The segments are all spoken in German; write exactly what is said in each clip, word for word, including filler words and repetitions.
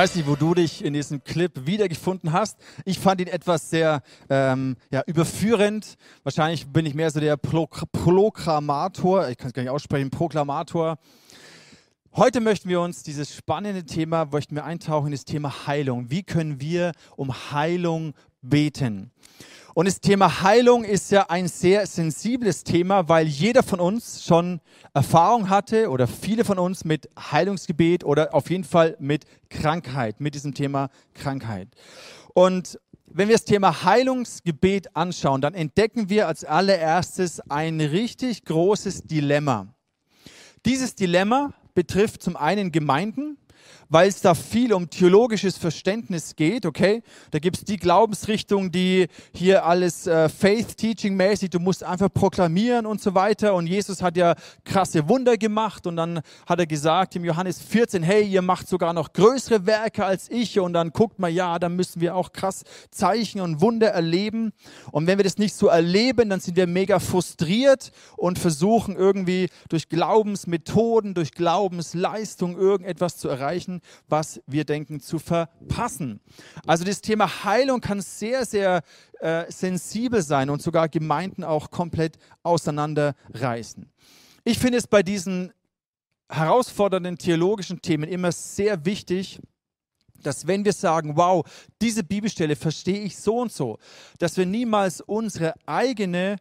weiß nicht, wo du dich in diesem Clip wiedergefunden hast. Ich fand ihn etwas sehr ähm, ja, überführend. Wahrscheinlich bin ich mehr so der Pro Proklamator, ich kann es gar nicht aussprechen, Proklamator. Heute möchten wir uns dieses spannende Thema, möchten wir eintauchen in das Thema Heilung. Wie können wir um Heilung beten? Und das Thema Heilung ist ja ein sehr sensibles Thema, weil jeder von uns schon Erfahrung hatte oder viele von uns mit Heilungsgebet oder auf jeden Fall mit Krankheit, mit diesem Thema Krankheit. Und wenn wir das Thema Heilungsgebet anschauen, dann entdecken wir als allererstes ein richtig großes Dilemma. Dieses Dilemma betrifft zum einen Gemeinden, weil es da viel um theologisches Verständnis geht, okay? Da gibt es die Glaubensrichtung, die hier alles äh, Faith-Teaching-mäßig, du musst einfach proklamieren und so weiter. Und Jesus hat ja krasse Wunder gemacht und dann hat er gesagt im Johannes vierzehn, hey, ihr macht sogar noch größere Werke als ich. Und dann guckt man, ja, dann müssen wir auch krass Zeichen und Wunder erleben. Und wenn wir das nicht so erleben, dann sind wir mega frustriert und versuchen irgendwie durch Glaubensmethoden, durch Glaubensleistung irgendetwas zu erreichen, was wir denken zu verpassen. Also das Thema Heilung kann sehr, sehr äh, sensibel sein und sogar Gemeinden auch komplett auseinanderreißen. Ich finde es bei diesen herausfordernden theologischen Themen immer sehr wichtig, dass wenn wir sagen, wow, diese Bibelstelle verstehe ich so und so, dass wir niemals unsere eigene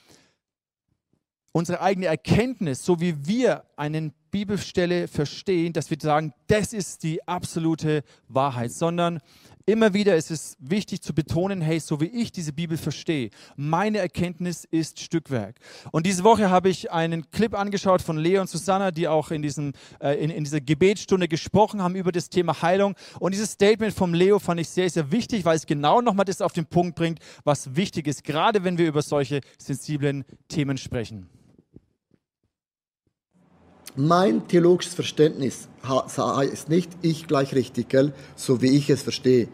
unsere eigene Erkenntnis, so wie wir eine Bibelstelle verstehen, dass wir sagen, das ist die absolute Wahrheit, sondern immer wieder ist es wichtig zu betonen, hey, so wie ich diese Bibel verstehe, meine Erkenntnis ist Stückwerk. Und diese Woche habe ich einen Clip angeschaut von Leo und Susanna, die auch in, diesem, äh, in, in dieser Gebetsstunde gesprochen haben über das Thema Heilung. Und dieses Statement vom Leo fand ich sehr, sehr wichtig, weil es genau nochmal das auf den Punkt bringt, was wichtig ist, gerade wenn wir über solche sensiblen Themen sprechen. Mein theologisches Verständnis heißt nicht ich gleich richtig, gell? So wie ich es verstehe.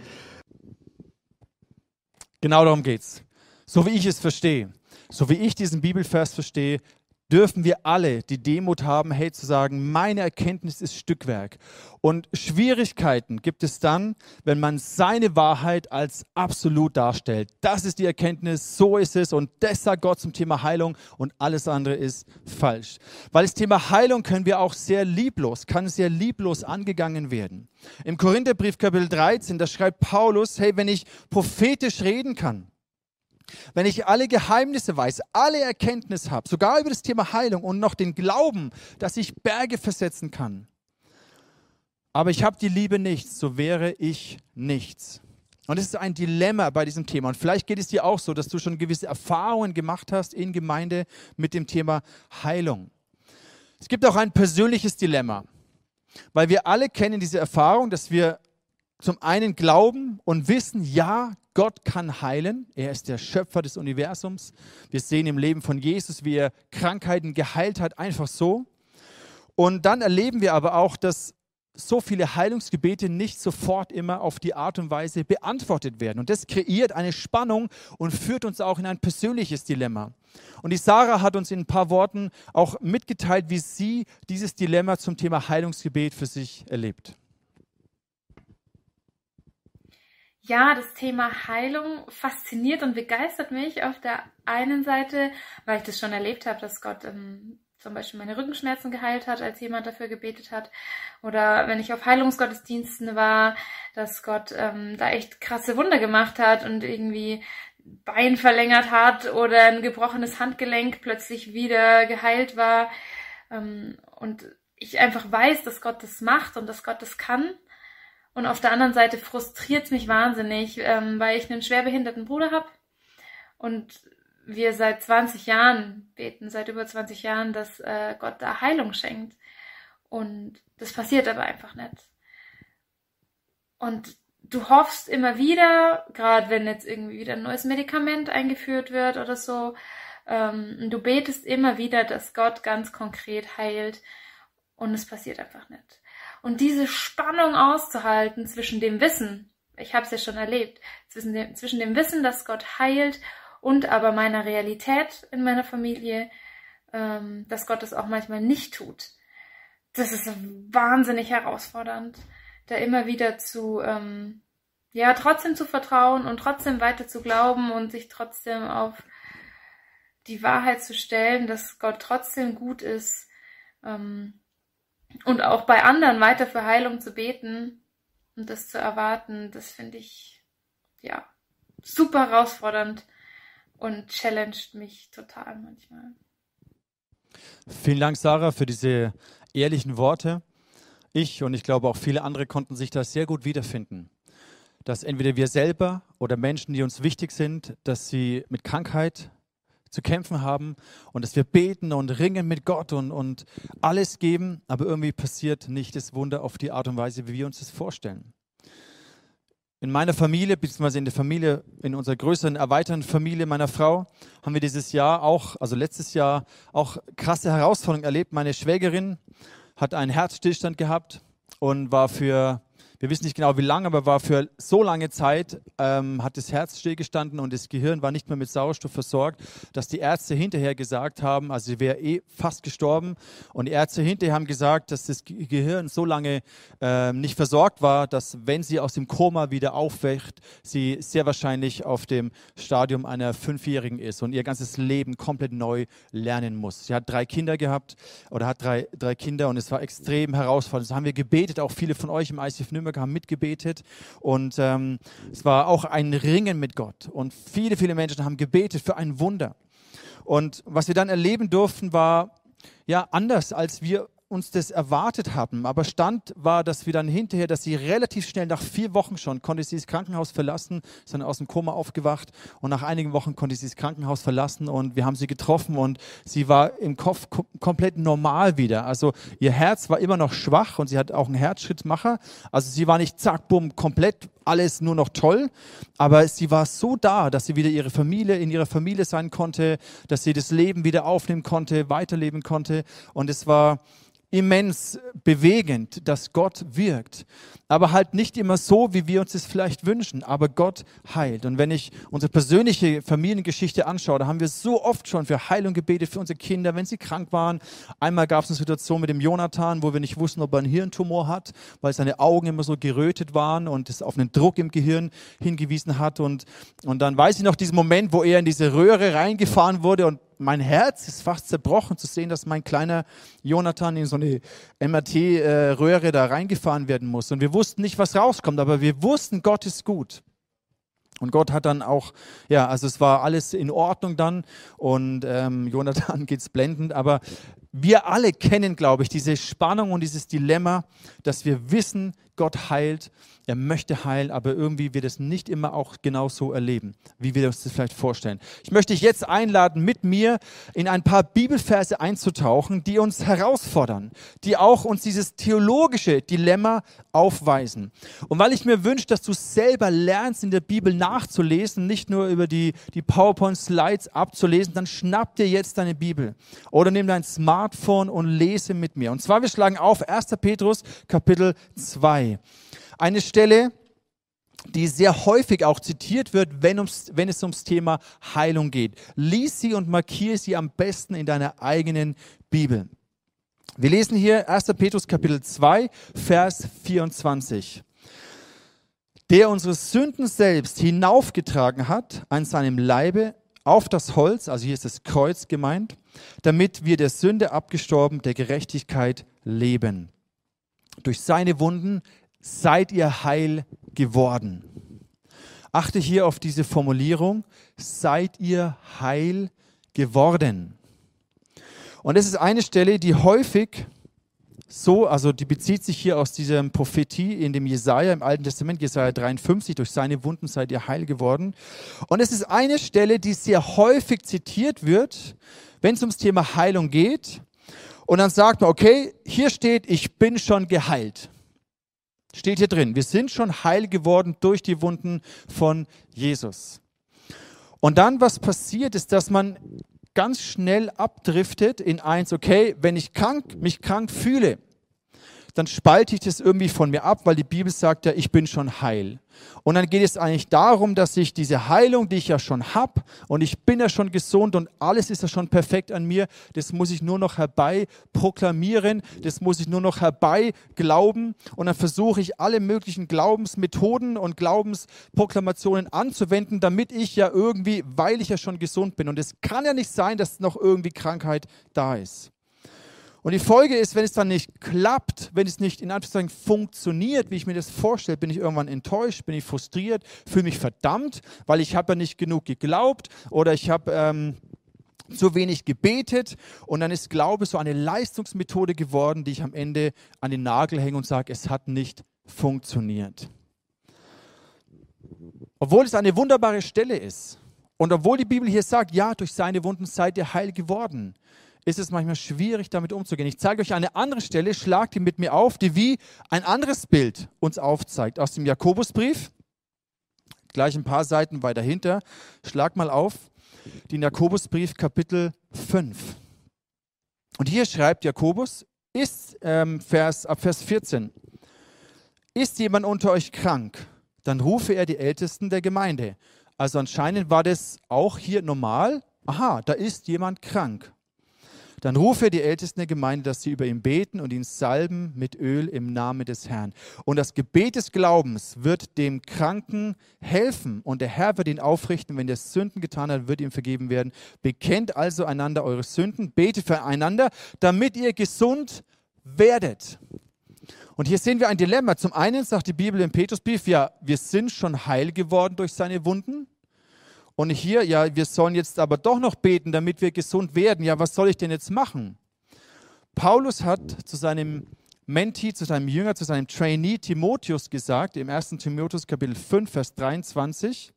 Genau darum geht's. So wie ich es verstehe, so wie ich diesen Bibelvers verstehe, dürfen wir alle die Demut haben, hey, zu sagen, meine Erkenntnis ist Stückwerk. Und Schwierigkeiten gibt es dann, wenn man seine Wahrheit als absolut darstellt. Das ist die Erkenntnis, so ist es und das sagt Gott zum Thema Heilung und alles andere ist falsch. Weil das Thema Heilung können wir auch sehr lieblos, kann sehr lieblos angegangen werden. Im Korintherbrief Kapitel dreizehn, da schreibt Paulus, hey, wenn ich prophetisch reden kann, wenn ich alle Geheimnisse weiß, alle Erkenntnis habe, sogar über das Thema Heilung und noch den Glauben, dass ich Berge versetzen kann, aber ich habe die Liebe nicht, so wäre ich nichts. Und es ist ein Dilemma bei diesem Thema. Und vielleicht geht es dir auch so, dass du schon gewisse Erfahrungen gemacht hast in Gemeinde mit dem Thema Heilung. Es gibt auch ein persönliches Dilemma, weil wir alle kennen diese Erfahrung, dass wir zum einen glauben und wissen, ja, Gott kann heilen. Er ist der Schöpfer des Universums. Wir sehen im Leben von Jesus, wie er Krankheiten geheilt hat, einfach so. Und dann erleben wir aber auch, dass so viele Heilungsgebete nicht sofort immer auf die Art und Weise beantwortet werden. Und das kreiert eine Spannung und führt uns auch in ein persönliches Dilemma. Und die Sarah hat uns in ein paar Worten auch mitgeteilt, wie sie dieses Dilemma zum Thema Heilungsgebet für sich erlebt. Ja, das Thema Heilung fasziniert und begeistert mich auf der einen Seite, weil ich das schon erlebt habe, dass Gott ähm, zum Beispiel meine Rückenschmerzen geheilt hat, als jemand dafür gebetet hat. Oder wenn ich auf Heilungsgottesdiensten war, dass Gott ähm, da echt krasse Wunder gemacht hat und irgendwie Bein verlängert hat oder ein gebrochenes Handgelenk plötzlich wieder geheilt war. Ähm, und ich einfach weiß, dass Gott das macht und dass Gott das kann. Und auf der anderen Seite frustriert es mich wahnsinnig, ähm, weil ich einen schwerbehinderten Bruder habe und wir seit zwanzig Jahren beten, seit über zwanzig Jahren, dass äh, Gott da Heilung schenkt. Und das passiert aber einfach nicht. Und du hoffst immer wieder, gerade wenn jetzt irgendwie wieder ein neues Medikament eingeführt wird oder so, ähm, du betest immer wieder, dass Gott ganz konkret heilt und es passiert einfach nicht. Und diese Spannung auszuhalten zwischen dem Wissen, ich habe es ja schon erlebt, zwischen dem, zwischen dem Wissen, dass Gott heilt und aber meiner Realität in meiner Familie, ähm, dass Gott es auch manchmal nicht tut. Das ist wahnsinnig herausfordernd. da immer wieder zu, ähm, ja, trotzdem zu vertrauen und trotzdem weiter zu glauben und sich trotzdem auf die Wahrheit zu stellen, dass Gott trotzdem gut ist, ähm, und auch bei anderen weiter für Heilung zu beten und das zu erwarten, das finde ich, ja, super herausfordernd und challenged mich total manchmal. Vielen Dank, Sarah, für diese ehrlichen Worte. Ich und ich glaube auch viele andere konnten sich da sehr gut wiederfinden. Dass entweder wir selber oder Menschen, die uns wichtig sind, dass sie mit Krankheit zu kämpfen haben und dass wir beten und ringen mit Gott und, und alles geben, aber irgendwie passiert nicht das Wunder auf die Art und Weise, wie wir uns das vorstellen. In meiner Familie, beziehungsweise in der Familie, in unserer größeren, erweiterten Familie meiner Frau, haben wir dieses Jahr auch, also letztes Jahr, auch krasse Herausforderungen erlebt. Meine Schwägerin hat einen Herzstillstand gehabt und war für, wir wissen nicht genau wie lange, aber war für so lange Zeit, ähm, hat das Herz stillgestanden und das Gehirn war nicht mehr mit Sauerstoff versorgt, dass die Ärzte hinterher gesagt haben, also sie wäre eh fast gestorben und die Ärzte hinterher haben gesagt, dass das Gehirn so lange ähm, nicht versorgt war, dass wenn sie aus dem Koma wieder aufwacht, sie sehr wahrscheinlich auf dem Stadium einer Fünfjährigen ist und ihr ganzes Leben komplett neu lernen muss. Sie hat drei Kinder gehabt oder hat drei, drei Kinder und es war extrem herausfordernd. Das haben wir gebetet, auch viele von euch im I C F Nürnberg haben mitgebetet und ähm, es war auch ein Ringen mit Gott und viele, viele Menschen haben gebetet für ein Wunder. Und was wir dann erleben durften, war ja anders, als wir uns das erwartet hatten. Aber Stand war, dass wir dann hinterher, dass sie relativ schnell, nach vier Wochen schon, konnte sie das Krankenhaus verlassen, ist dann aus dem Koma aufgewacht und nach einigen Wochen konnte sie das Krankenhaus verlassen und wir haben sie getroffen und sie war im Kopf kom- komplett normal wieder. Also ihr Herz war immer noch schwach und sie hat auch einen Herzschrittmacher. Also sie war nicht zack, bumm, komplett alles nur noch toll, aber sie war so da, dass sie wieder ihre Familie, in ihrer Familie sein konnte, dass sie das Leben wieder aufnehmen konnte, weiterleben konnte und es war immens bewegend, dass Gott wirkt, aber halt nicht immer so, wie wir uns das vielleicht wünschen, aber Gott heilt. Und wenn ich unsere persönliche Familiengeschichte anschaue, da haben wir so oft schon für Heilung gebetet, für unsere Kinder, wenn sie krank waren. Einmal gab es eine Situation mit dem Jonathan, wo wir nicht wussten, ob er einen Hirntumor hat, weil seine Augen immer so gerötet waren und es auf einen Druck im Gehirn hingewiesen hat. Und, und dann weiß ich noch diesen Moment, wo er in diese Röhre reingefahren wurde und mein Herz ist fast zerbrochen zu sehen, dass mein kleiner Jonathan in so eine M R T-Röhre da reingefahren werden muss. Und wir wussten nicht, was rauskommt, aber wir wussten, Gott ist gut. Und Gott hat dann auch, ja, also es war alles in Ordnung dann und ähm, Jonathan geht's blendend, aber wir alle kennen, glaube ich, diese Spannung und dieses Dilemma, dass wir wissen, Gott heilt, er möchte heilen, aber irgendwie wir das nicht immer auch genau so erleben, wie wir uns das vielleicht vorstellen. Ich möchte dich jetzt einladen, mit mir in ein paar Bibelverse einzutauchen, die uns herausfordern, die auch uns dieses theologische Dilemma aufweisen. Und weil ich mir wünsche, dass du selber lernst, in der Bibel nachzulesen, nicht nur über die, die PowerPoint-Slides abzulesen, dann schnapp dir jetzt deine Bibel oder nimm dein Smartphone und lese mit mir. Und zwar, wir schlagen auf erster Petrus Kapitel zwei. Eine Stelle, die sehr häufig auch zitiert wird, wenn, ums, wenn es ums Thema Heilung geht. Lies sie und markiere sie am besten in deiner eigenen Bibel. Wir lesen hier erster Petrus Kapitel zwei, Vers vierundzwanzig. Der unsere Sünden selbst hinaufgetragen hat an seinem Leibe auf das Holz, also hier ist das Kreuz gemeint, damit wir der Sünde abgestorben, der Gerechtigkeit leben. Durch seine Wunden seid ihr heil geworden. Achte hier auf diese Formulierung, seid ihr heil geworden. Und das ist eine Stelle, die häufig so, also die bezieht sich hier aus dieser Prophetie in dem Jesaja im Alten Testament, Jesaja dreiundfünfzig, durch seine Wunden seid ihr heil geworden. Und es ist eine Stelle, die sehr häufig zitiert wird, wenn es ums Thema Heilung geht. Und dann sagt man, okay, hier steht, ich bin schon geheilt. Steht hier drin, wir sind schon heil geworden durch die Wunden von Jesus. Und dann, was passiert, ist, dass man ganz schnell abdriftet in eins, okay, wenn ich krank, mich krank fühle, dann spalte ich das irgendwie von mir ab, weil die Bibel sagt ja, ich bin schon heil. Und dann geht es eigentlich darum, dass ich diese Heilung, die ich ja schon habe, und ich bin ja schon gesund und alles ist ja schon perfekt an mir, das muss ich nur noch herbei proklamieren, das muss ich nur noch herbei glauben. Und dann versuche ich alle möglichen Glaubensmethoden und Glaubensproklamationen anzuwenden, damit ich ja irgendwie, weil ich ja schon gesund bin. Und es kann ja nicht sein, dass noch irgendwie Krankheit da ist. Und die Folge ist, wenn es dann nicht klappt, wenn es nicht in Anführungszeichen funktioniert, wie ich mir das vorstelle, bin ich irgendwann enttäuscht, bin ich frustriert, fühle mich verdammt, weil ich habe ja nicht genug geglaubt oder ich habe ähm, zu wenig gebetet. Und dann ist Glaube so eine Leistungsmethode geworden, die ich am Ende an den Nagel hänge und sage, es hat nicht funktioniert. Obwohl es eine wunderbare Stelle ist und obwohl die Bibel hier sagt, ja, durch seine Wunden seid ihr heil geworden, ist es manchmal schwierig, damit umzugehen. Ich zeige euch eine andere Stelle, schlagt die mit mir auf, die wie ein anderes Bild uns aufzeigt. Aus dem Jakobusbrief, gleich ein paar Seiten weiter hinter, schlag mal auf, den Jakobusbrief Kapitel fünf. Und hier schreibt Jakobus, ist, ähm, Vers, ab Vers vierzehn, ist jemand unter euch krank, dann rufe er die Ältesten der Gemeinde. Also anscheinend war das auch hier normal. Aha, da ist jemand krank. Dann rufe die Ältesten der Gemeinde, dass sie über ihn beten und ihn salben mit Öl im Namen des Herrn. Und das Gebet des Glaubens wird dem Kranken helfen und der Herr wird ihn aufrichten. Wenn er Sünden getan hat, wird ihm vergeben werden. Bekennt also einander eure Sünden, betet füreinander, damit ihr gesund werdet. Und hier sehen wir ein Dilemma. Zum einen sagt die Bibel im Petrusbrief, ja, wir sind schon heil geworden durch seine Wunden. Und hier, ja, wir sollen jetzt aber doch noch beten, damit wir gesund werden. Ja, was soll ich denn jetzt machen? Paulus hat zu seinem Mentee, zu seinem Jünger, zu seinem Trainee Timotheus gesagt, im ersten Timotheus Kapitel fünf, Vers dreiundzwanzig,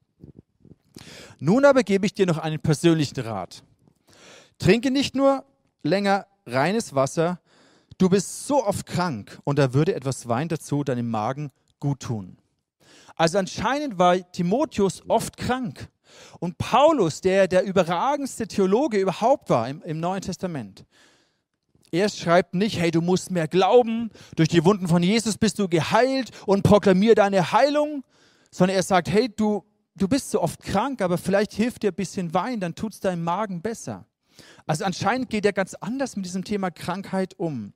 nun aber gebe ich dir noch einen persönlichen Rat. Trinke nicht nur länger reines Wasser, du bist so oft krank und da würde etwas Wein dazu deinem Magen gut tun. Also anscheinend war Timotheus oft krank. Und Paulus, der der überragendste Theologe überhaupt war im, im Neuen Testament, er schreibt nicht, hey, du musst mehr glauben, durch die Wunden von Jesus bist du geheilt und proklamier deine Heilung, sondern er sagt, hey, du, du bist so oft krank, aber vielleicht hilft dir ein bisschen Wein, dann tut es deinem Magen besser. Also anscheinend geht er ganz anders mit diesem Thema Krankheit um.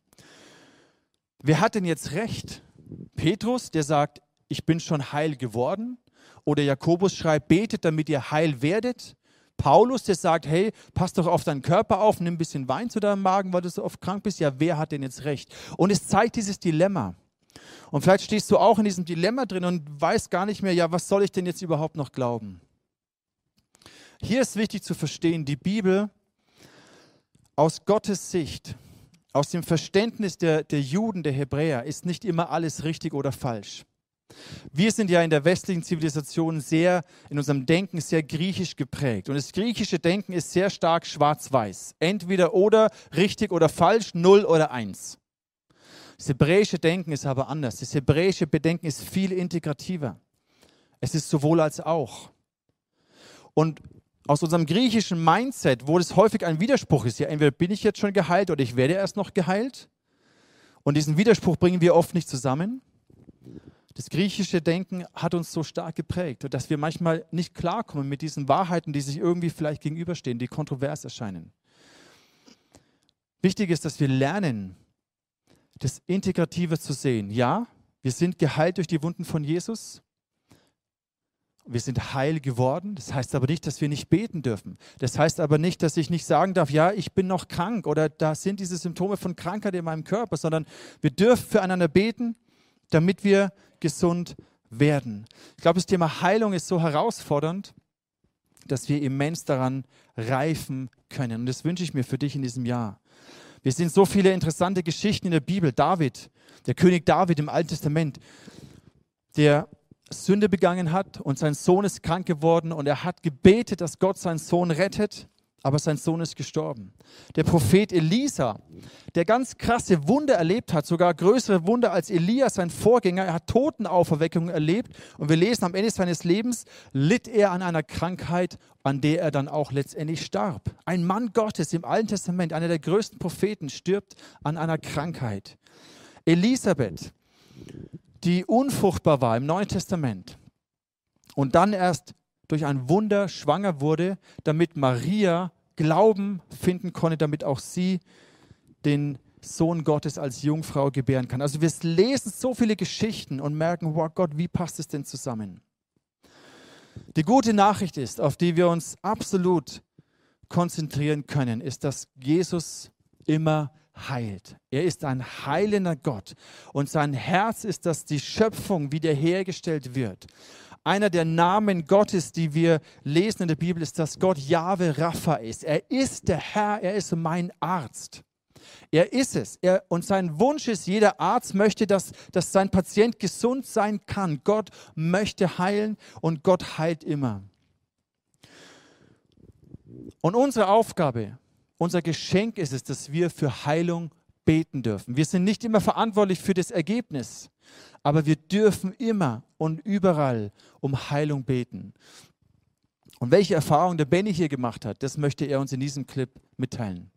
Wer hat denn jetzt recht? Petrus, der sagt, ich bin schon heil geworden? Oder Jakobus schreibt, betet, damit ihr heil werdet. Paulus, der sagt, hey, pass doch auf deinen Körper auf, nimm ein bisschen Wein zu deinem Magen, weil du so oft krank bist. Ja, wer hat denn jetzt recht? Und es zeigt dieses Dilemma. Und vielleicht stehst du auch in diesem Dilemma drin und weißt gar nicht mehr, ja, was soll ich denn jetzt überhaupt noch glauben? Hier ist wichtig zu verstehen, die Bibel aus Gottes Sicht, aus dem Verständnis der, der Juden, der Hebräer, ist nicht immer alles richtig oder falsch. Wir sind ja in der westlichen Zivilisation sehr, in unserem Denken sehr griechisch geprägt. Und das griechische Denken ist sehr stark schwarz-weiß. Entweder oder, richtig oder falsch, null oder eins. Das hebräische Denken ist aber anders. Das hebräische Bedenken ist viel integrativer. Es ist sowohl als auch. Und aus unserem griechischen Mindset, wo das häufig ein Widerspruch ist, ja, entweder bin ich jetzt schon geheilt oder ich werde erst noch geheilt. Und diesen Widerspruch bringen wir oft nicht zusammen. Das griechische Denken hat uns so stark geprägt, dass wir manchmal nicht klarkommen mit diesen Wahrheiten, die sich irgendwie vielleicht gegenüberstehen, die kontrovers erscheinen. Wichtig ist, dass wir lernen, das Integrative zu sehen. Ja, wir sind geheilt durch die Wunden von Jesus. Wir sind heil geworden. Das heißt aber nicht, dass wir nicht beten dürfen. Das heißt aber nicht, dass ich nicht sagen darf, ja, ich bin noch krank oder da sind diese Symptome von Krankheit in meinem Körper, sondern wir dürfen füreinander beten, damit wir gesund werden. Ich glaube, das Thema Heilung ist so herausfordernd, dass wir immens daran reifen können. Und das wünsche ich mir für dich in diesem Jahr. Wir sehen so viele interessante Geschichten in der Bibel. David, der König David im Alten Testament, der Sünde begangen hat und sein Sohn ist krank geworden und er hat gebetet, dass Gott seinen Sohn rettet, aber sein Sohn ist gestorben. Der Prophet Elisa, der ganz krasse Wunder erlebt hat, sogar größere Wunder als Elia, sein Vorgänger. Er hat Totenauferweckungen erlebt und wir lesen, am Ende seines Lebens litt er an einer Krankheit, an der er dann auch letztendlich starb. Ein Mann Gottes im Alten Testament, einer der größten Propheten, stirbt an einer Krankheit. Elisabeth, die unfruchtbar war im Neuen Testament und dann erst durch ein Wunder schwanger wurde, damit Maria Glauben finden konnte, damit auch sie den Sohn Gottes als Jungfrau gebären kann. Also wir lesen so viele Geschichten und merken, wow Gott, wie passt es denn zusammen? Die gute Nachricht ist, auf die wir uns absolut konzentrieren können, ist, dass Jesus immer heilt. Er ist ein heilender Gott und sein Herz ist, dass die Schöpfung wiederhergestellt wird. Einer der Namen Gottes, die wir lesen in der Bibel, ist, dass Gott Jahwe Rapha ist. Er ist der Herr, er ist mein Arzt. Er ist es. Er, und sein Wunsch ist, jeder Arzt möchte, dass, dass sein Patient gesund sein kann. Gott möchte heilen und Gott heilt immer. Und unsere Aufgabe, unser Geschenk ist es, dass wir für Heilung beten dürfen. Wir sind nicht immer verantwortlich für das Ergebnis, aber wir dürfen immer und überall um Heilung beten. Und welche Erfahrung der Benny hier gemacht hat, das möchte er uns in diesem Clip mitteilen.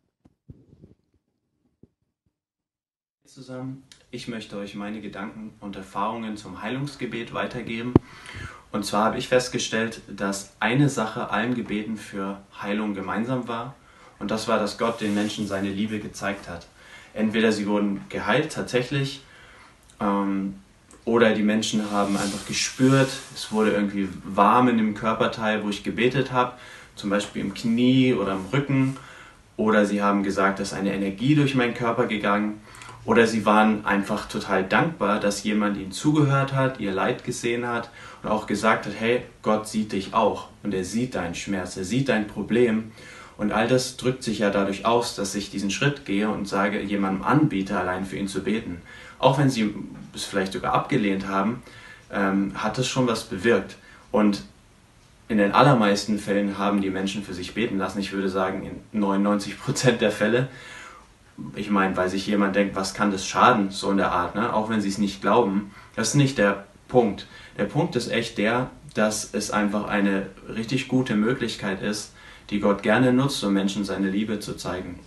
Zusammen. Ich möchte euch meine Gedanken und Erfahrungen zum Heilungsgebet weitergeben. Und zwar habe ich festgestellt, dass eine Sache allen Gebeten für Heilung gemeinsam war. Und das war, dass Gott den Menschen seine Liebe gezeigt hat. Entweder sie wurden geheilt tatsächlich, ähm, oder die Menschen haben einfach gespürt, es wurde irgendwie warm in dem Körperteil, wo ich gebetet habe, zum Beispiel im Knie oder im Rücken. Oder sie haben gesagt, dass eine Energie durch meinen Körper gegangen. Oder sie waren einfach total dankbar, dass jemand ihnen zugehört hat, ihr Leid gesehen hat und auch gesagt hat, hey, Gott sieht dich auch und er sieht deinen Schmerz, er sieht dein Problem. Und all das drückt sich ja dadurch aus, dass ich diesen Schritt gehe und sage, jemandem anbiete, allein für ihn zu beten. Auch wenn sie es vielleicht sogar abgelehnt haben, ähm, hat es schon was bewirkt. Und in den allermeisten Fällen haben die Menschen für sich beten lassen. Ich würde sagen, in neunundneunzig Prozent der Fälle. Ich meine, weil sich jemand denkt, was kann das schaden, so in der Art, ne? Auch wenn sie es nicht glauben. Das ist nicht der Punkt. Der Punkt ist echt der, dass es einfach eine richtig gute Möglichkeit ist, die Gott gerne nutzt, um Menschen seine Liebe zu zeigen.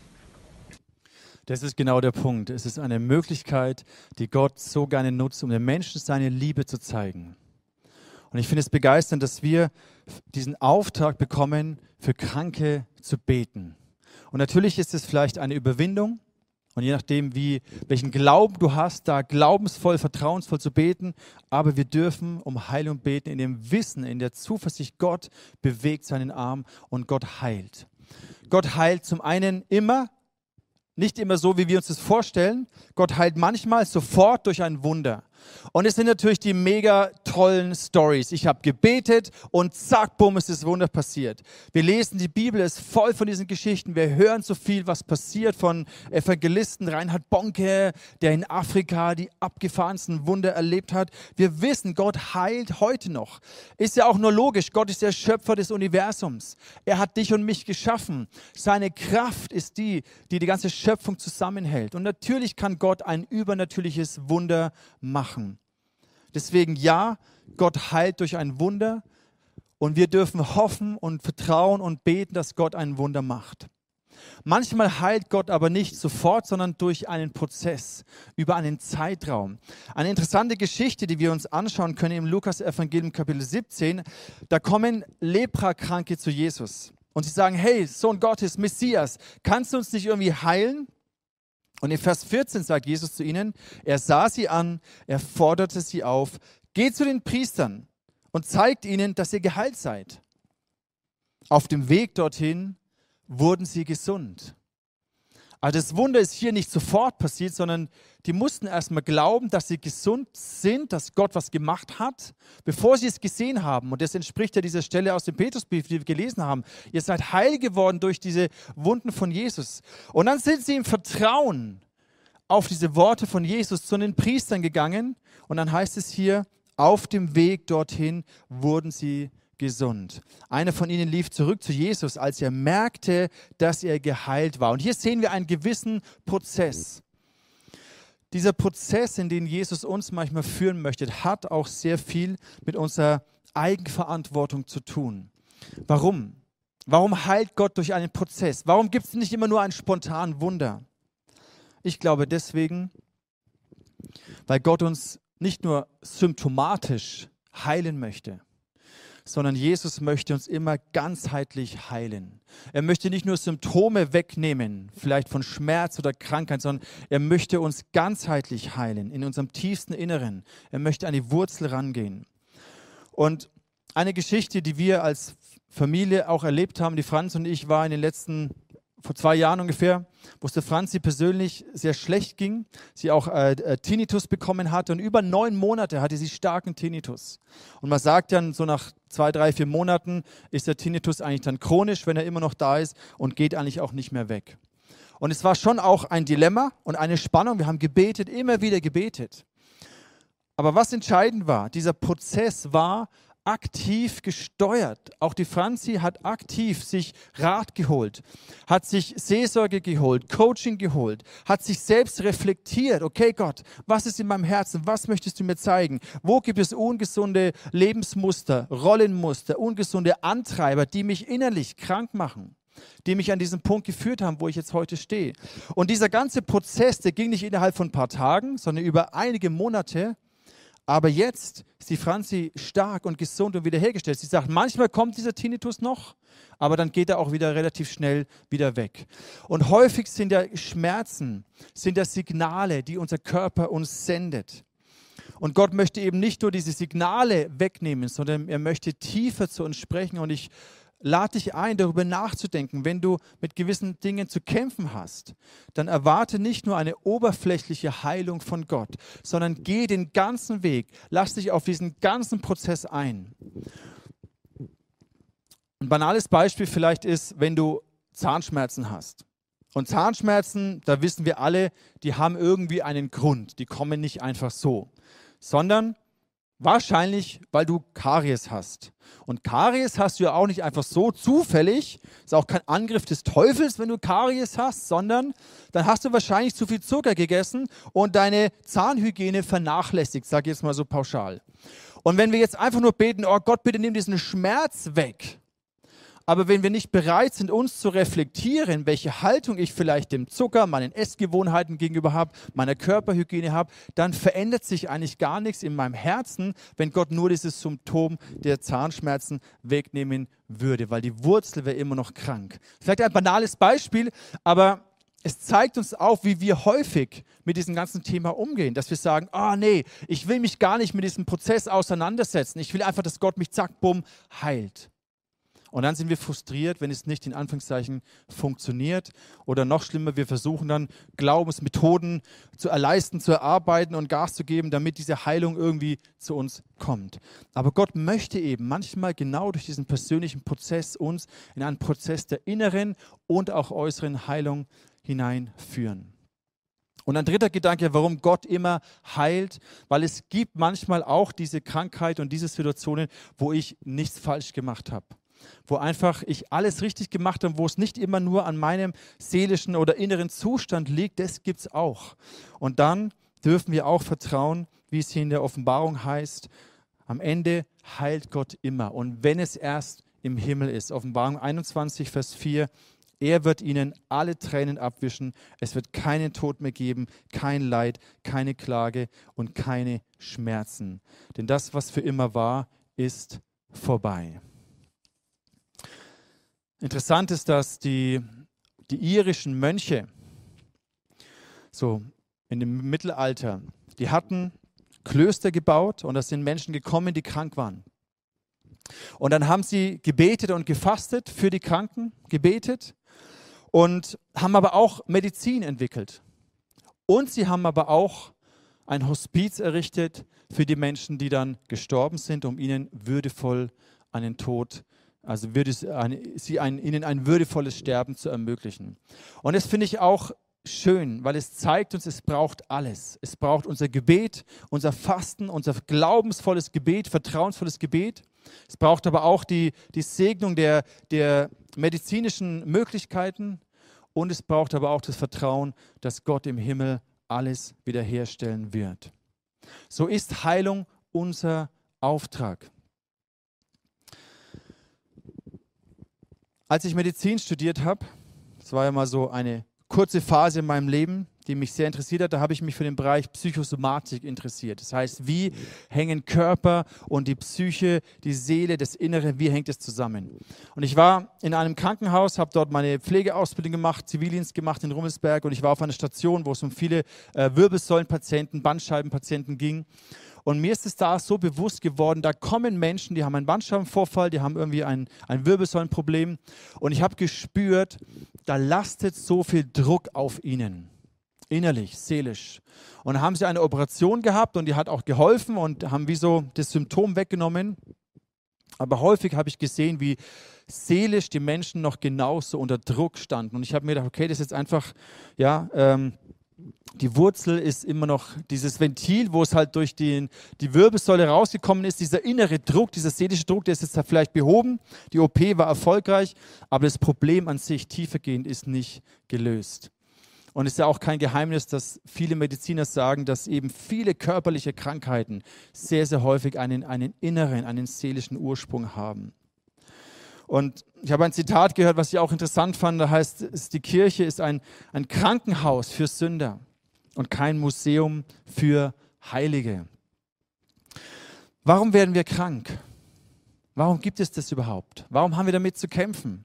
Das ist genau der Punkt. Es ist eine Möglichkeit, die Gott so gerne nutzt, um den Menschen seine Liebe zu zeigen. Und ich finde es begeisternd, dass wir diesen Auftrag bekommen, für Kranke zu beten. Und natürlich ist es vielleicht eine Überwindung und je nachdem, wie, welchen Glauben du hast, da glaubensvoll, vertrauensvoll zu beten, aber wir dürfen um Heilung beten in dem Wissen, in der Zuversicht, Gott bewegt seinen Arm und Gott heilt. Gott heilt zum einen immer, nicht immer so, wie wir uns das vorstellen. Gott heilt manchmal sofort durch ein Wunder. Und es sind natürlich die mega tollen Stories. Ich habe gebetet und zack, bumm, ist das Wunder passiert. Wir lesen die Bibel, ist voll von diesen Geschichten. Wir hören so viel, was passiert von Evangelisten Reinhard Bonke, der in Afrika die abgefahrensten Wunder erlebt hat. Wir wissen, Gott heilt heute noch. Ist ja auch nur logisch. Gott ist der Schöpfer des Universums. Er hat dich und mich geschaffen. Seine Kraft ist die, die die ganze Schöpfung zusammenhält. Und natürlich kann Gott ein übernatürliches Wunder machen. Deswegen ja, Gott heilt durch ein Wunder und wir dürfen hoffen und vertrauen und beten, dass Gott ein Wunder macht. Manchmal heilt Gott aber nicht sofort, sondern durch einen Prozess, über einen Zeitraum. Eine interessante Geschichte, die wir uns anschauen können im Lukas-Evangelium Kapitel siebzehn, da kommen Leprakranke zu Jesus und sie sagen, hey, Sohn Gottes, Messias, kannst du uns nicht irgendwie heilen? Und in Vers vierzehn sagt Jesus zu ihnen, er sah sie an, er forderte sie auf, geht zu den Priestern und zeigt ihnen, dass ihr geheilt seid. Auf dem Weg dorthin wurden sie gesund. Also das Wunder ist hier nicht sofort passiert, sondern die mussten erstmal glauben, dass sie gesund sind, dass Gott was gemacht hat, bevor sie es gesehen haben. Und das entspricht ja dieser Stelle aus dem Petrusbrief, die wir gelesen haben. Ihr seid heil geworden durch diese Wunden von Jesus. Und dann sind sie im Vertrauen auf diese Worte von Jesus zu den Priestern gegangen. Und dann heißt es hier, auf dem Weg dorthin wurden sie gesund. Einer von ihnen lief zurück zu Jesus, als er merkte, dass er geheilt war. Und hier sehen wir einen gewissen Prozess. Dieser Prozess, in den Jesus uns manchmal führen möchte, hat auch sehr viel mit unserer Eigenverantwortung zu tun. Warum? Warum heilt Gott durch einen Prozess? Warum gibt es nicht immer nur ein spontanes Wunder? Ich glaube deswegen, weil Gott uns nicht nur symptomatisch heilen möchte, sondern Jesus möchte uns immer ganzheitlich heilen. Er möchte nicht nur Symptome wegnehmen, vielleicht von Schmerz oder Krankheit, sondern er möchte uns ganzheitlich heilen, in unserem tiefsten Inneren. Er möchte an die Wurzel rangehen. Und eine Geschichte, die wir als Familie auch erlebt haben, die Franz und ich, war in den letzten, vor zwei Jahren ungefähr, wo es der Franzi persönlich sehr schlecht ging. Sie auch äh, Tinnitus bekommen hatte und über neun Monate hatte sie starken Tinnitus. Und man sagt dann, so nach zwei, drei, vier Monaten ist der Tinnitus eigentlich dann chronisch, wenn er immer noch da ist und geht eigentlich auch nicht mehr weg. Und es war schon auch ein Dilemma und eine Spannung. Wir haben gebetet, immer wieder gebetet. Aber was entscheidend war, dieser Prozess war aktiv gesteuert. Auch die Franzi hat aktiv sich Rat geholt, hat sich Seelsorge geholt, Coaching geholt, hat sich selbst reflektiert. Okay, Gott, was ist in meinem Herzen? Was möchtest du mir zeigen? Wo gibt es ungesunde Lebensmuster, Rollenmuster, ungesunde Antreiber, die mich innerlich krank machen, die mich an diesen Punkt geführt haben, wo ich jetzt heute stehe? Und dieser ganze Prozess, der ging nicht innerhalb von ein paar Tagen, sondern über einige Monate. Aber jetzt ist die Franzi stark und gesund und wiederhergestellt. Sie sagt, manchmal kommt dieser Tinnitus noch, aber dann geht er auch wieder relativ schnell wieder weg. Und häufig sind ja Schmerzen, sind ja Signale, die unser Körper uns sendet. Und Gott möchte eben nicht nur diese Signale wegnehmen, sondern er möchte tiefer zu uns sprechen. Und ich lade dich ein, darüber nachzudenken. Wenn du mit gewissen Dingen zu kämpfen hast, dann erwarte nicht nur eine oberflächliche Heilung von Gott, sondern geh den ganzen Weg, lass dich auf diesen ganzen Prozess ein. Ein banales Beispiel vielleicht ist, wenn du Zahnschmerzen hast. Und Zahnschmerzen, da wissen wir alle, die haben irgendwie einen Grund. Die kommen nicht einfach so, sondern wahrscheinlich, weil du Karies hast. Und Karies hast du ja auch nicht einfach so zufällig. Ist auch kein Angriff des Teufels, wenn du Karies hast, sondern dann hast du wahrscheinlich zu viel Zucker gegessen und deine Zahnhygiene vernachlässigt, sage ich jetzt mal so pauschal. Und wenn wir jetzt einfach nur beten, oh Gott, bitte nimm diesen Schmerz weg. Aber wenn wir nicht bereit sind, uns zu reflektieren, welche Haltung ich vielleicht dem Zucker, meinen Essgewohnheiten gegenüber habe, meiner Körperhygiene habe, dann verändert sich eigentlich gar nichts in meinem Herzen, wenn Gott nur dieses Symptom der Zahnschmerzen wegnehmen würde, weil die Wurzel wäre immer noch krank. Vielleicht ein banales Beispiel, aber es zeigt uns auf, wie wir häufig mit diesem ganzen Thema umgehen, dass wir sagen, ah nee, ich will mich gar nicht mit diesem Prozess auseinandersetzen. Ich will einfach, dass Gott mich zack, bumm, heilt. Und dann sind wir frustriert, wenn es nicht in Anführungszeichen funktioniert. Oder noch schlimmer, wir versuchen dann Glaubensmethoden zu erleisten, zu erarbeiten und Gas zu geben, damit diese Heilung irgendwie zu uns kommt. Aber Gott möchte eben manchmal genau durch diesen persönlichen Prozess uns in einen Prozess der inneren und auch äußeren Heilung hineinführen. Und ein dritter Gedanke, warum Gott immer heilt, weil es gibt manchmal auch diese Krankheit und diese Situationen, wo ich nichts falsch gemacht habe. Wo einfach ich alles richtig gemacht habe, wo es nicht immer nur an meinem seelischen oder inneren Zustand liegt, das gibt es auch. Und dann dürfen wir auch vertrauen, wie es hier in der Offenbarung heißt, am Ende heilt Gott immer. Und wenn es erst im Himmel ist, Offenbarung einundzwanzig, Vers vier, er wird ihnen alle Tränen abwischen, es wird keinen Tod mehr geben, kein Leid, keine Klage und keine Schmerzen. Denn das, was für immer war, ist vorbei. Interessant ist, dass die, die irischen Mönche, so in dem Mittelalter, die hatten Klöster gebaut und da sind Menschen gekommen, die krank waren. Und dann haben sie gebetet und gefastet für die Kranken, gebetet und haben aber auch Medizin entwickelt. Und sie haben aber auch ein Hospiz errichtet für die Menschen, die dann gestorben sind, um ihnen würdevoll einen Tod zu Also würde es eine, sie ein, ihnen ein würdevolles Sterben zu ermöglichen. Und das finde ich auch schön, weil es zeigt uns, es braucht alles. Es braucht unser Gebet, unser Fasten, unser glaubensvolles Gebet, vertrauensvolles Gebet. Es braucht aber auch die, die Segnung der, der medizinischen Möglichkeiten. Und es braucht aber auch das Vertrauen, dass Gott im Himmel alles wiederherstellen wird. So ist Heilung unser Auftrag. Als ich Medizin studiert habe, das war ja mal so eine kurze Phase in meinem Leben, die mich sehr interessiert hat. Da habe ich mich für den Bereich Psychosomatik interessiert. Das heißt, wie hängen Körper und die Psyche, die Seele, das Innere, wie hängt es zusammen? Und ich war in einem Krankenhaus, habe dort meine Pflegeausbildung gemacht, Zivildienst gemacht in Rummelsberg und ich war auf einer Station, wo es um viele äh, Wirbelsäulenpatienten, Bandscheibenpatienten ging. Und mir ist es da so bewusst geworden, da kommen Menschen, die haben einen Bandscheibenvorfall, die haben irgendwie ein, ein Wirbelsäulenproblem. Und ich habe gespürt, da lastet so viel Druck auf ihnen. Innerlich, seelisch. Und dann haben sie eine Operation gehabt und die hat auch geholfen und haben wie so das Symptom weggenommen. Aber häufig habe ich gesehen, wie seelisch die Menschen noch genauso unter Druck standen. Und ich habe mir gedacht, okay, das ist jetzt einfach, ja, ähm, die Wurzel ist immer noch dieses Ventil, wo es halt durch die, die Wirbelsäule rausgekommen ist. Dieser innere Druck, dieser seelische Druck, der ist jetzt vielleicht behoben. Die O P war erfolgreich, aber das Problem an sich, tiefergehend, ist nicht gelöst. Und es ist ja auch kein Geheimnis, dass viele Mediziner sagen, dass eben viele körperliche Krankheiten sehr, sehr häufig einen, einen inneren, einen seelischen Ursprung haben. Und ich habe ein Zitat gehört, was ich auch interessant fand, da heißt es, die Kirche ist ein, ein Krankenhaus für Sünder und kein Museum für Heilige. Warum werden wir krank? Warum gibt es das überhaupt? Warum haben wir damit zu kämpfen?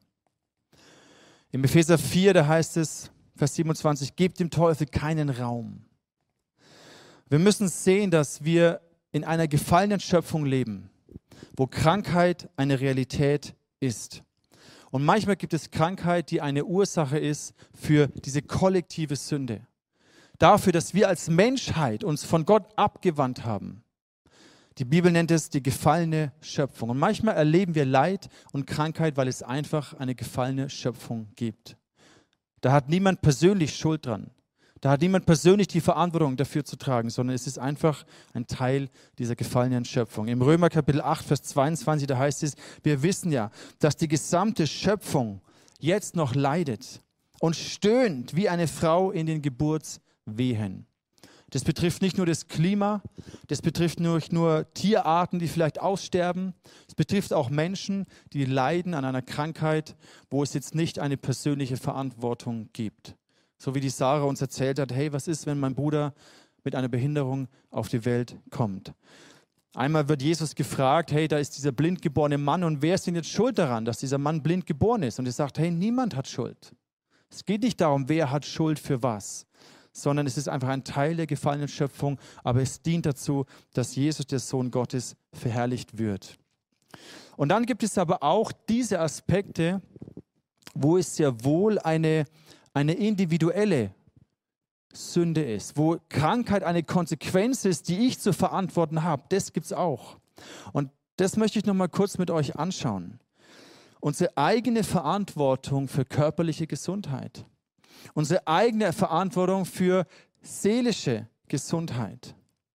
Im Epheser vier, da heißt es, Vers siebenundzwanzig, gebt dem Teufel keinen Raum. Wir müssen sehen, dass wir in einer gefallenen Schöpfung leben, wo Krankheit eine Realität ist. Und manchmal gibt es Krankheit, die eine Ursache ist für diese kollektive Sünde. Dafür, dass wir als Menschheit uns von Gott abgewandt haben. Die Bibel nennt es die gefallene Schöpfung. Und manchmal erleben wir Leid und Krankheit, weil es einfach eine gefallene Schöpfung gibt. Da hat niemand persönlich Schuld dran. Da hat niemand persönlich die Verantwortung dafür zu tragen, sondern es ist einfach ein Teil dieser gefallenen Schöpfung. Im Römer Kapitel acht, Vers zweiundzwanzig, da heißt es, wir wissen ja, dass die gesamte Schöpfung jetzt noch leidet und stöhnt wie eine Frau in den Geburtswehen. Das betrifft nicht nur das Klima, das betrifft nicht nur Tierarten, die vielleicht aussterben, es betrifft auch Menschen, die leiden an einer Krankheit, wo es jetzt nicht eine persönliche Verantwortung gibt. So wie die Sarah uns erzählt hat, hey, was ist, wenn mein Bruder mit einer Behinderung auf die Welt kommt? Einmal wird Jesus gefragt, hey, da ist dieser blind geborene Mann und wer ist denn jetzt schuld daran, dass dieser Mann blind geboren ist? Und er sagt, hey, niemand hat Schuld. Es geht nicht darum, wer hat Schuld für was, sondern es ist einfach ein Teil der gefallenen Schöpfung, aber es dient dazu, dass Jesus, der Sohn Gottes, verherrlicht wird. Und dann gibt es aber auch diese Aspekte, wo es sehr wohl eine, eine individuelle Sünde ist, wo Krankheit eine Konsequenz ist, die ich zu verantworten habe. Das gibt es auch. Und das möchte ich noch mal kurz mit euch anschauen. Unsere eigene Verantwortung für körperliche Gesundheit. Unsere eigene Verantwortung für seelische Gesundheit.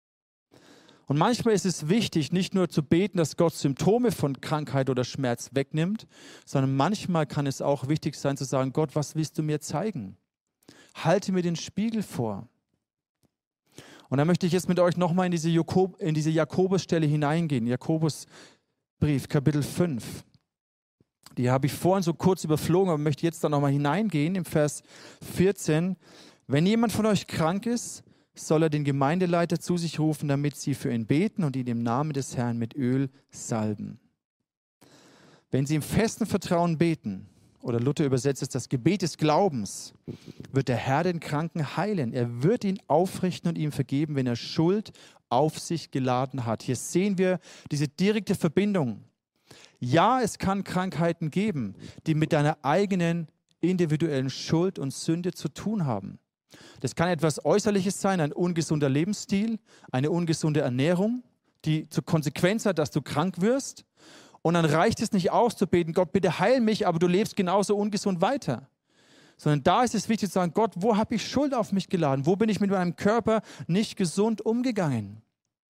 Und manchmal ist es wichtig, nicht nur zu beten, dass Gott Symptome von Krankheit oder Schmerz wegnimmt, sondern manchmal kann es auch wichtig sein zu sagen, Gott, was willst du mir zeigen? Halte mir den Spiegel vor. Und da möchte ich jetzt mit euch nochmal in diese, Jakob, in diese Jakobusstelle hineingehen. Jakobusbrief, Kapitel fünf. Die habe ich vorhin so kurz überflogen, aber möchte jetzt da nochmal hineingehen im Vers vierzehn. Wenn jemand von euch krank ist, soll er den Gemeindeleiter zu sich rufen, damit sie für ihn beten und ihn im Namen des Herrn mit Öl salben. Wenn sie im festen Vertrauen beten, oder Luther übersetzt es, das Gebet des Glaubens, wird der Herr den Kranken heilen. Er wird ihn aufrichten und ihm vergeben, wenn er Schuld auf sich geladen hat. Hier sehen wir diese direkte Verbindung. Ja, es kann Krankheiten geben, die mit deiner eigenen individuellen Schuld und Sünde zu tun haben. Das kann etwas Äußerliches sein, ein ungesunder Lebensstil, eine ungesunde Ernährung, die zur Konsequenz hat, dass du krank wirst. Und dann reicht es nicht aus zu beten, Gott, bitte heil mich, aber du lebst genauso ungesund weiter. Sondern da ist es wichtig zu sagen, Gott, wo habe ich Schuld auf mich geladen? Wo bin ich mit meinem Körper nicht gesund umgegangen?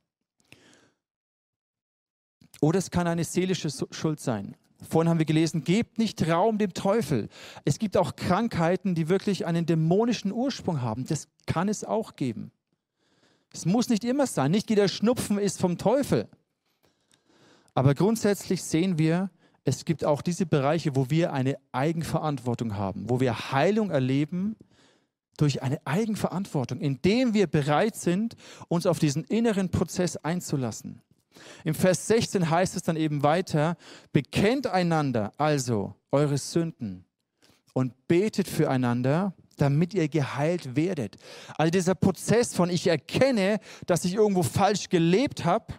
Oder es kann eine seelische Schuld sein. Vorhin haben wir gelesen, gebt nicht Raum dem Teufel. Es gibt auch Krankheiten, die wirklich einen dämonischen Ursprung haben. Das kann es auch geben. Es muss nicht immer sein. Nicht jeder Schnupfen ist vom Teufel. Aber grundsätzlich sehen wir, es gibt auch diese Bereiche, wo wir eine Eigenverantwortung haben, wo wir Heilung erleben durch eine Eigenverantwortung, indem wir bereit sind, uns auf diesen inneren Prozess einzulassen. Im Vers sechzehn heißt es dann eben weiter, bekennt einander also eure Sünden und betet füreinander, damit ihr geheilt werdet. Also dieser Prozess von ich erkenne, dass ich irgendwo falsch gelebt habe,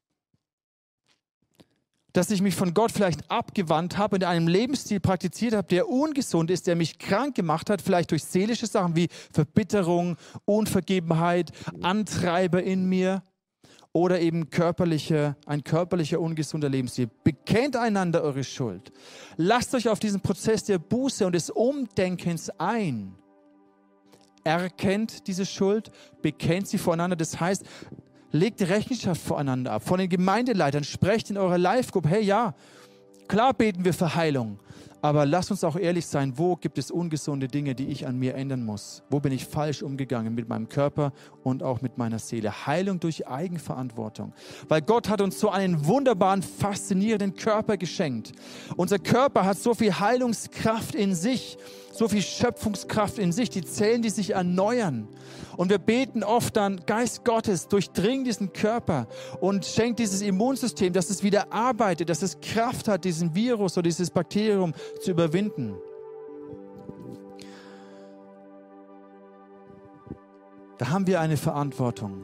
dass ich mich von Gott vielleicht abgewandt habe und einen Lebensstil praktiziert habe, der ungesund ist, der mich krank gemacht hat, vielleicht durch seelische Sachen wie Verbitterung, Unvergebenheit, Antreiber in mir oder eben körperliche, ein körperlicher, ungesunder Lebensstil. Bekennt einander eure Schuld. Lasst euch auf diesen Prozess der Buße und des Umdenkens ein. Erkennt diese Schuld, bekennt sie voreinander. Das heißt, legt Rechenschaft voreinander ab. Von den Gemeindeleitern sprecht in eurer Live-Group, hey ja, klar beten wir für Heilung, aber lasst uns auch ehrlich sein, wo gibt es ungesunde Dinge, die ich an mir ändern muss? Wo bin ich falsch umgegangen mit meinem Körper und auch mit meiner Seele? Heilung durch Eigenverantwortung. Weil Gott hat uns so einen wunderbaren, faszinierenden Körper geschenkt. Unser Körper hat so viel Heilungskraft in sich, so viel Schöpfungskraft in sich, die Zellen, die sich erneuern. Und wir beten oft dann, Geist Gottes, durchdring diesen Körper und schenk dieses Immunsystem, dass es wieder arbeitet, dass es Kraft hat, diesen Virus oder dieses Bakterium zu überwinden. Da haben wir eine Verantwortung.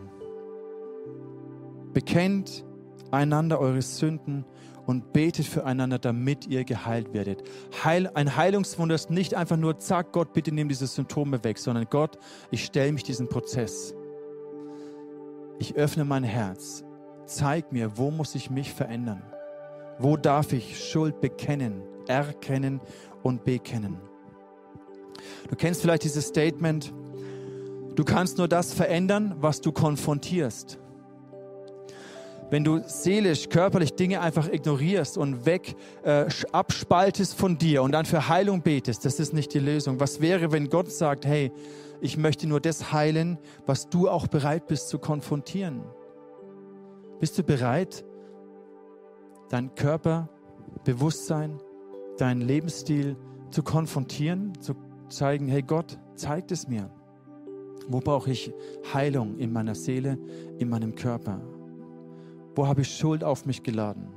Bekennt einander eure Sünden und betet füreinander, damit ihr geheilt werdet. Heil, ein Heilungswunder ist nicht einfach nur, zack, Gott, bitte nimm diese Symptome weg, sondern Gott, ich stelle mich diesem Prozess. Ich öffne mein Herz. Zeig mir, wo muss ich mich verändern? Wo darf ich Schuld bekennen, erkennen und bekennen? Du kennst vielleicht dieses Statement, du kannst nur das verändern, was du konfrontierst. Wenn du seelisch, körperlich Dinge einfach ignorierst und weg äh, abspaltest von dir und dann für Heilung betest, das ist nicht die Lösung. Was wäre, wenn Gott sagt, hey, ich möchte nur das heilen, was du auch bereit bist zu konfrontieren? Bist du bereit, deinen Körper, Bewusstsein, deinen Lebensstil zu konfrontieren, zu zeigen, hey Gott, zeig es mir. Wo brauche ich Heilung in meiner Seele, in meinem Körper? Wo habe ich Schuld auf mich geladen?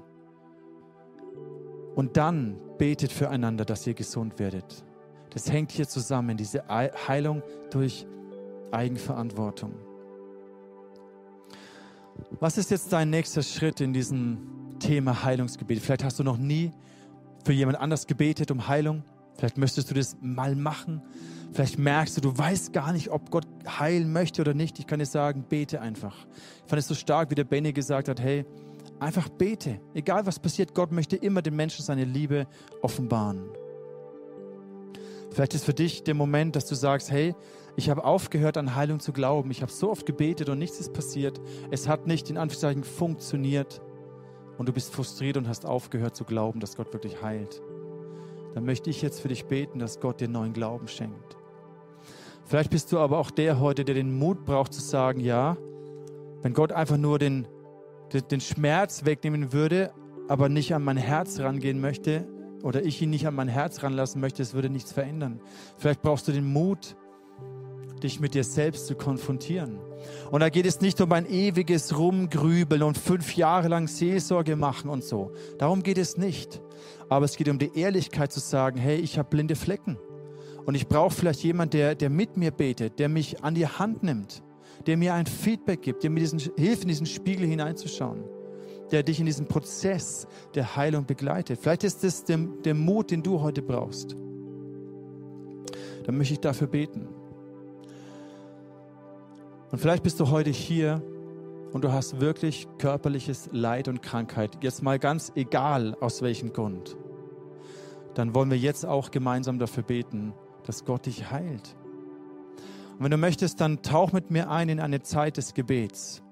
Und dann betet füreinander, dass ihr gesund werdet. Das hängt hier zusammen, diese Heilung durch Eigenverantwortung. Was ist jetzt dein nächster Schritt in diesem Thema Heilungsgebet? Vielleicht hast du noch nie für jemand anders gebetet um Heilung. Vielleicht möchtest du das mal machen. Vielleicht merkst du, du weißt gar nicht, ob Gott heilen möchte oder nicht. Ich kann dir sagen, bete einfach. Ich fand es so stark, wie der Benny gesagt hat, hey, einfach bete. Egal was passiert, Gott möchte immer den Menschen seine Liebe offenbaren. Vielleicht ist für dich der Moment, dass du sagst, hey, ich habe aufgehört, an Heilung zu glauben. Ich habe so oft gebetet und nichts ist passiert. Es hat nicht in Anführungszeichen funktioniert. Und du bist frustriert und hast aufgehört zu glauben, dass Gott wirklich heilt. Dann möchte ich jetzt für dich beten, dass Gott dir neuen Glauben schenkt. Vielleicht bist du aber auch der heute, der den Mut braucht zu sagen, ja, wenn Gott einfach nur den, den, den Schmerz wegnehmen würde, aber nicht an mein Herz rangehen möchte oder ich ihn nicht an mein Herz ranlassen möchte, es würde nichts verändern. Vielleicht brauchst du den Mut, dich mit dir selbst zu konfrontieren. Und da geht es nicht um ein ewiges Rumgrübeln und fünf Jahre lang Seelsorge machen und so. Darum geht es nicht. Aber es geht um die Ehrlichkeit zu sagen, hey, ich habe blinde Flecken. Und ich brauche vielleicht jemanden, der, der mit mir betet, der mich an die Hand nimmt, der mir ein Feedback gibt, der mir diesen, hilft, in diesen Spiegel hineinzuschauen, der dich in diesem Prozess der Heilung begleitet. Vielleicht ist das der, der Mut, den du heute brauchst. Dann möchte ich dafür beten. Und vielleicht bist du heute hier und du hast wirklich körperliches Leid und Krankheit, jetzt mal ganz egal aus welchem Grund. Dann wollen wir jetzt auch gemeinsam dafür beten, dass Gott dich heilt. Und wenn du möchtest, dann tauch mit mir ein in eine Zeit des Gebets.